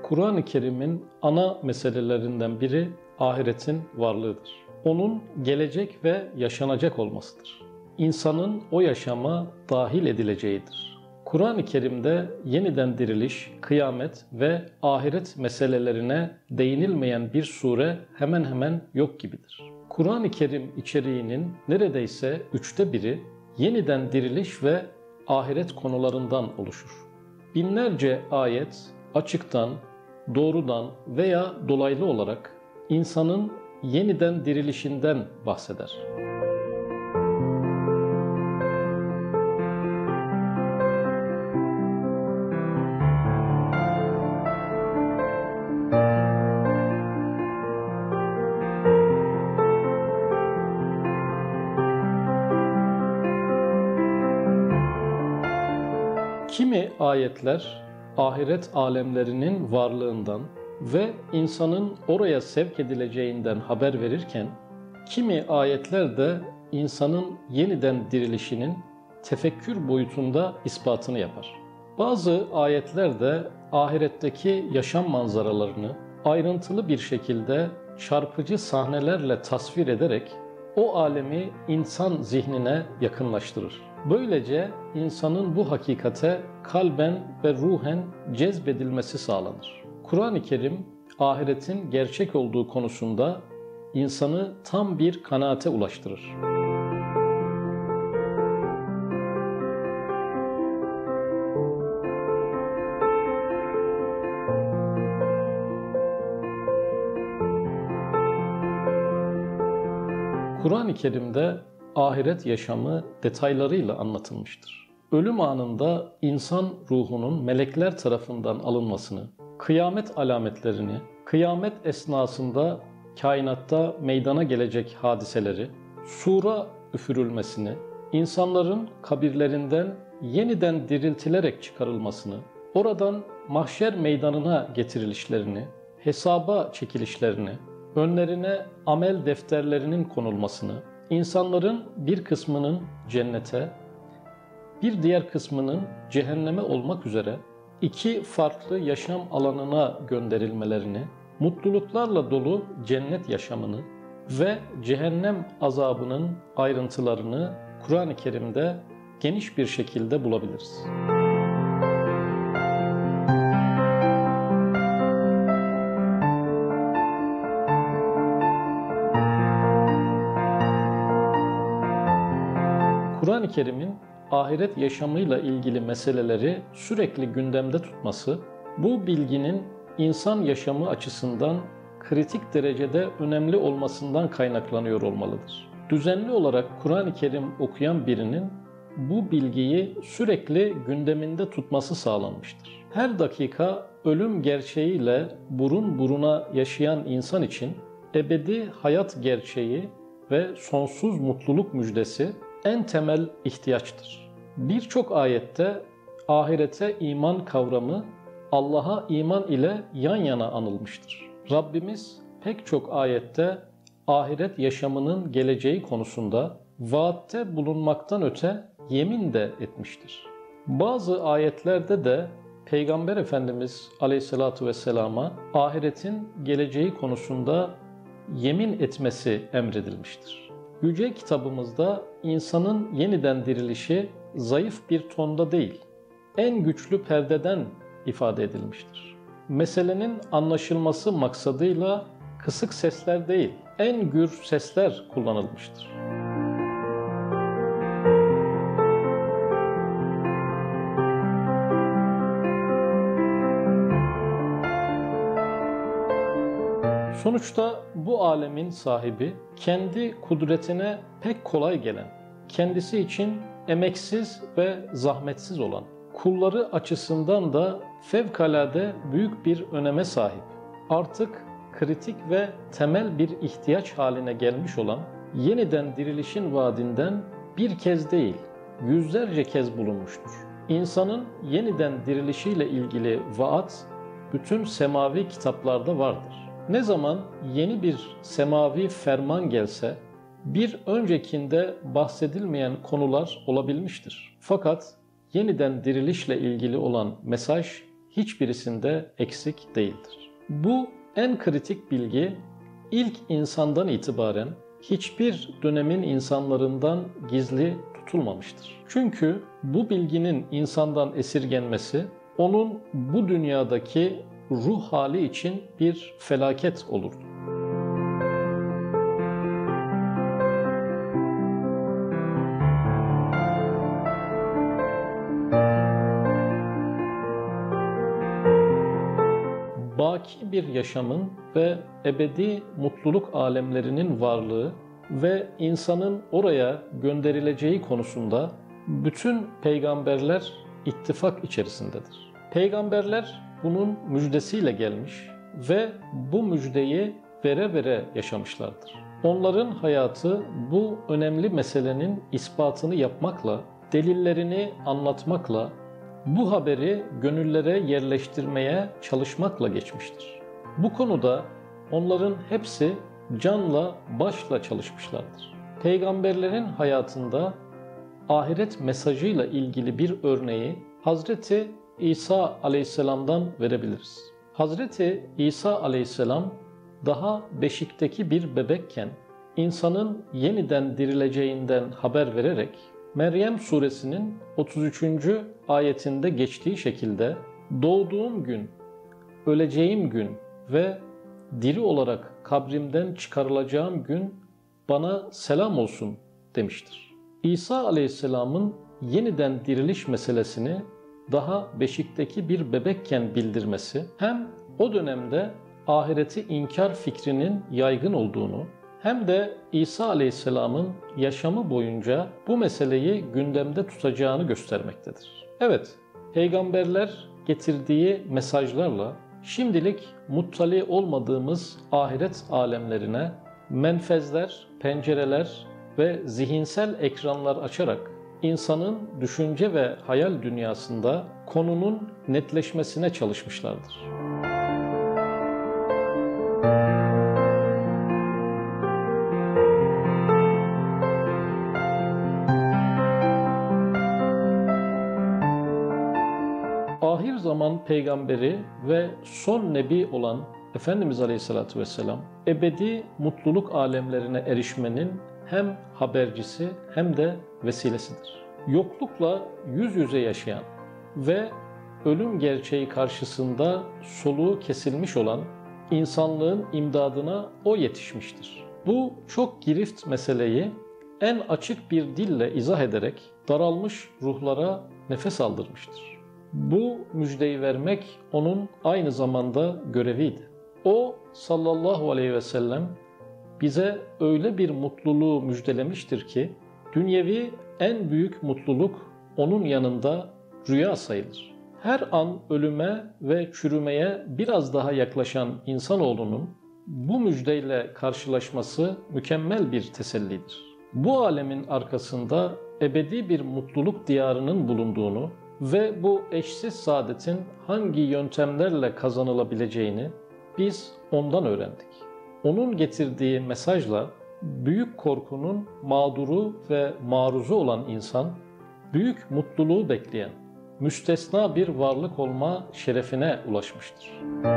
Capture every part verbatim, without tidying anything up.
Kur'an-ı Kerim'in ana meselelerinden biri ahiretin varlığıdır. Onun gelecek ve yaşanacak olmasıdır. İnsanın o yaşama dahil edileceğidir. Kur'an-ı Kerim'de yeniden diriliş, kıyamet ve ahiret meselelerine değinilmeyen bir sure hemen hemen yok gibidir. Kur'an-ı Kerim içeriğinin neredeyse üçte biri yeniden diriliş ve ahiret konularından oluşur. Binlerce ayet açıktan, doğrudan veya dolaylı olarak insanın yeniden dirilişinden bahseder. Kimi ayetler ahiret alemlerinin varlığından ve insanın oraya sevk edileceğinden haber verirken, kimi ayetler de insanın yeniden dirilişinin tefekkür boyutunda ispatını yapar. Bazı ayetler de ahiretteki yaşam manzaralarını ayrıntılı bir şekilde çarpıcı sahnelerle tasvir ederek o alemi insan zihnine yakınlaştırır. Böylece insanın bu hakikate kalben ve ruhen cezbedilmesi sağlanır. Kur'an-ı Kerim, ahiretin gerçek olduğu konusunda insanı tam bir kanaate ulaştırır. Kur'an-ı Kerim'de ahiret yaşamı detaylarıyla anlatılmıştır. Ölüm anında insan ruhunun melekler tarafından alınmasını, kıyamet alametlerini, kıyamet esnasında kainatta meydana gelecek hadiseleri, sura üfürülmesini, insanların kabirlerinden yeniden diriltilerek çıkarılmasını, oradan mahşer meydanına getirilişlerini, hesaba çekilişlerini, önlerine amel defterlerinin konulmasını, İnsanların bir kısmının cennete, bir diğer kısmının cehenneme olmak üzere iki farklı yaşam alanına gönderilmelerini, mutluluklarla dolu cennet yaşamını ve cehennem azabının ayrıntılarını Kur'an-ı Kerim'de geniş bir şekilde bulabiliriz. Kur'an-ı Kerim'in ahiret yaşamıyla ilgili meseleleri sürekli gündemde tutması, bu bilginin insan yaşamı açısından kritik derecede önemli olmasından kaynaklanıyor olmalıdır. Düzenli olarak Kur'an-ı Kerim okuyan birinin bu bilgiyi sürekli gündeminde tutması sağlanmıştır. Her dakika ölüm gerçeğiyle burun buruna yaşayan insan için ebedi hayat gerçeği ve sonsuz mutluluk müjdesi en temel ihtiyaçtır. Birçok ayette ahirete iman kavramı Allah'a iman ile yan yana anılmıştır. Rabbimiz pek çok ayette ahiret yaşamının geleceği konusunda vaatte bulunmaktan öte yemin de etmiştir. Bazı ayetlerde de Peygamber Efendimiz Aleyhisselatü Vesselam'a ahiretin geleceği konusunda yemin etmesi emredilmiştir. Yüce kitabımızda insanın yeniden dirilişi zayıf bir tonda değil, en güçlü perdeden ifade edilmiştir. Meselenin anlaşılması maksadıyla kısık sesler değil, en gür sesler kullanılmıştır. Sonuçta bu alemin sahibi, kendi kudretine pek kolay gelen, kendisi için emeksiz ve zahmetsiz olan, kulları açısından da fevkalade büyük bir öneme sahip, artık kritik ve temel bir ihtiyaç haline gelmiş olan yeniden dirilişin vaadinden bir kez değil, yüzlerce kez bulunmuştur. İnsanın yeniden dirilişiyle ilgili vaat bütün semavi kitaplarda vardır. Ne zaman yeni bir semavi ferman gelse, bir öncekinde bahsedilmeyen konular olabilmiştir. Fakat yeniden dirilişle ilgili olan mesaj hiçbirisinde eksik değildir. Bu en kritik bilgi ilk insandan itibaren hiçbir dönemin insanlarından gizli tutulmamıştır. Çünkü bu bilginin insandan esirgenmesi onun bu dünyadaki ruh hali için bir felaket olurdu. Baki bir yaşamın ve ebedi mutluluk alemlerinin varlığı ve insanın oraya gönderileceği konusunda bütün peygamberler ittifak içerisindedir. Peygamberler bunun müjdesiyle gelmiş ve bu müjdeyi vere vere yaşamışlardır. Onların hayatı bu önemli meselenin ispatını yapmakla, delillerini anlatmakla, bu haberi gönüllere yerleştirmeye çalışmakla geçmiştir. Bu konuda onların hepsi canla başla çalışmışlardır. Peygamberlerin hayatında ahiret mesajıyla ilgili bir örneği Hazreti İsa Aleyhisselam'dan verebiliriz. Hazreti İsa Aleyhisselam daha beşikteki bir bebekken insanın yeniden dirileceğinden haber vererek Meryem suresinin otuz üçüncü ayetinde geçtiği şekilde doğduğum gün, öleceğim gün ve diri olarak kabrimden çıkarılacağım gün bana selam olsun demiştir. İsa Aleyhisselam'ın yeniden diriliş meselesini daha beşikteki bir bebekken bildirmesi hem o dönemde ahireti inkar fikrinin yaygın olduğunu hem de İsa Aleyhisselam'ın yaşamı boyunca bu meseleyi gündemde tutacağını göstermektedir. Evet, peygamberler getirdiği mesajlarla şimdilik muttali olmadığımız ahiret alemlerine menfezler, pencereler ve zihinsel ekranlar açarak insanın düşünce ve hayal dünyasında konunun netleşmesine çalışmışlardır. Ahir zaman peygamberi ve son nebi olan Efendimiz Aleyhisselatü Vesselam, ebedi mutluluk alemlerine erişmenin hem habercisi hem de vesilesidir. Yoklukla yüz yüze yaşayan ve ölüm gerçeği karşısında soluğu kesilmiş olan insanlığın imdadına o yetişmiştir. Bu çok girift meseleyi en açık bir dille izah ederek daralmış ruhlara nefes aldırmıştır. Bu müjdeyi vermek onun aynı zamanda göreviydi. O sallallahu aleyhi ve sellem bize öyle bir mutluluğu müjdelemiştir ki dünyevi en büyük mutluluk onun yanında rüya sayılır. Her an ölüme ve çürümeye biraz daha yaklaşan insanoğlunun bu müjdeyle karşılaşması mükemmel bir tesellidir. Bu alemin arkasında ebedi bir mutluluk diyarının bulunduğunu ve bu eşsiz saadetin hangi yöntemlerle kazanılabileceğini biz ondan öğrendik. Onun getirdiği mesajla büyük korkunun mağduru ve maruzu olan insan, büyük mutluluğu bekleyen, müstesna bir varlık olma şerefine ulaşmıştır.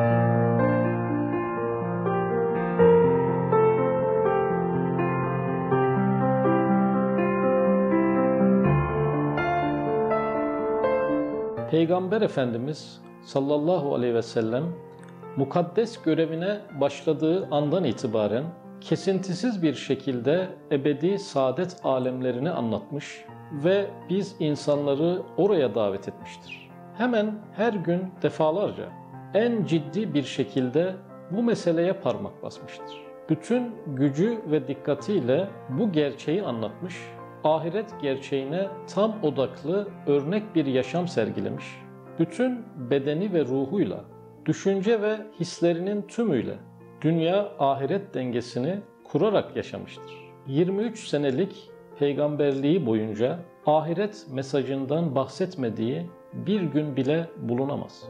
Peygamber Efendimiz sallallahu aleyhi ve sellem mukaddes görevine başladığı andan itibaren kesintisiz bir şekilde ebedi saadet alemlerini anlatmış ve biz insanları oraya davet etmiştir. Hemen her gün defalarca en ciddi bir şekilde bu meseleye parmak basmıştır. Bütün gücü ve dikkatiyle bu gerçeği anlatmış, ahiret gerçeğine tam odaklı örnek bir yaşam sergilemiş, bütün bedeni ve ruhuyla, düşünce ve hislerinin tümüyle dünya ahiret dengesini kurarak yaşamıştır. yirmi üç senelik peygamberliği boyunca ahiret mesajından bahsetmediği bir gün bile bulunamaz.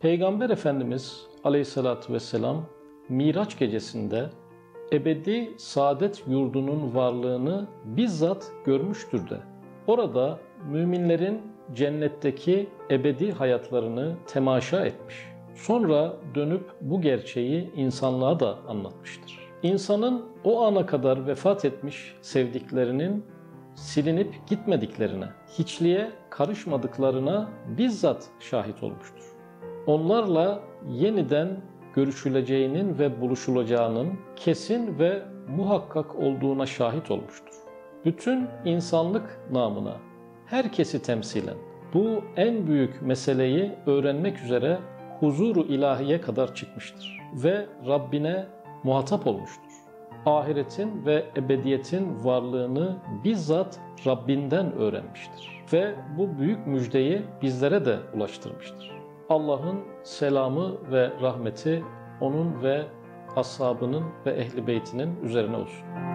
Peygamber Efendimiz Aleyhisselatü Vesselam Miraç gecesinde ebedi saadet yurdunun varlığını bizzat görmüştür de. Orada müminlerin cennetteki ebedi hayatlarını temaşa etmiş. Sonra dönüp bu gerçeği insanlığa da anlatmıştır. İnsanın o ana kadar vefat etmiş sevdiklerinin silinip gitmediklerine, hiçliğe karışmadıklarına bizzat şahit olmuştur. Onlarla yeniden görüşüleceğinin ve buluşulacağının kesin ve muhakkak olduğuna şahit olmuştur. Bütün insanlık namına, herkesi temsilen bu en büyük meseleyi öğrenmek üzere huzuru ilahiye kadar çıkmıştır ve Rabbine muhatap olmuştur. Ahiretin ve ebediyetin varlığını bizzat Rabbinden öğrenmiştir ve bu büyük müjdeyi bizlere de ulaştırmıştır. Allah'ın selamı ve rahmeti onun ve ashabının ve ehli beytinin üzerine olsun.